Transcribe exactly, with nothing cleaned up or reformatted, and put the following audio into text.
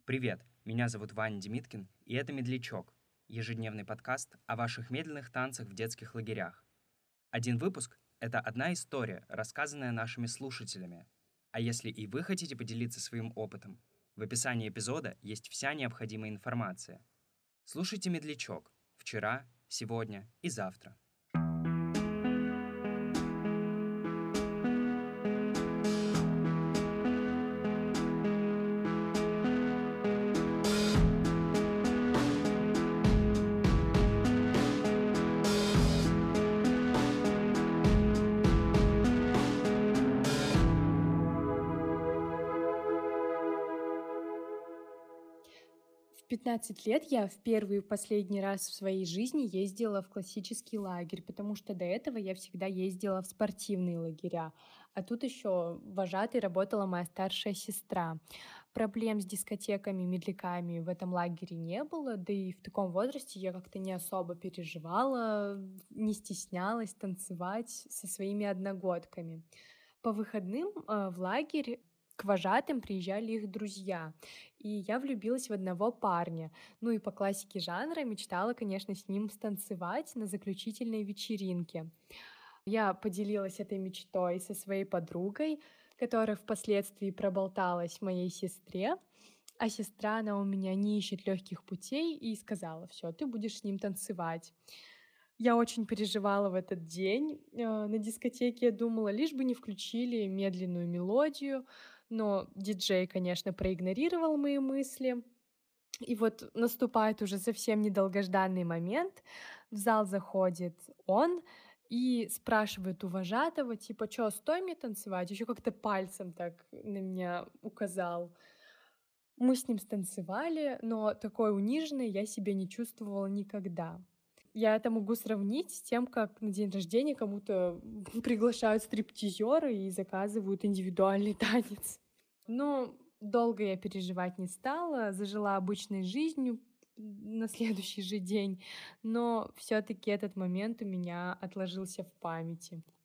Привет, меня зовут Ваня Демиткин, и это «Медлячок» — ежедневный подкаст о ваших медленных танцах в детских лагерях. Один выпуск — это одна история, рассказанная нашими слушателями. А если и вы хотите поделиться своим опытом, в описании эпизода есть вся необходимая информация. Слушайте «Медлячок» вчера, сегодня и завтра. В пятнадцать лет я в первый и последний раз в своей жизни ездила в классический лагерь, потому что до этого я всегда ездила в спортивные лагеря. А тут еще вожатой работала моя старшая сестра. Проблем с дискотеками, медляками в этом лагере не было, да и в таком возрасте я как-то не особо переживала, не стеснялась танцевать со своими одногодками. По выходным э, в лагерь к вожатым приезжали их друзья, и я влюбилась в одного парня. Ну и по классике жанра мечтала, конечно, с ним станцевать на заключительной вечеринке. Я поделилась этой мечтой со своей подругой, которая впоследствии проболталась моей сестре, а сестра, она у меня не ищет легких путей и сказала: все, ты будешь с ним танцевать. Я очень переживала в этот день. Э, на дискотеке я думала, лишь бы не включили медленную мелодию, но диджей, конечно, проигнорировал мои мысли. И вот наступает уже совсем недолгожданный момент. В зал заходит он и спрашивает у вожатого, типа: «Чё, стой мне танцевать?» Еще как-то пальцем так на меня указал. Мы с ним станцевали, но такой униженной я себя не чувствовала никогда. Я это могу сравнить с тем, как на день рождения кому-то приглашают стриптизеры и заказывают индивидуальный танец. Но долго я переживать не стала, зажила обычной жизнью на следующий же день, но все-таки этот момент у меня отложился в памяти.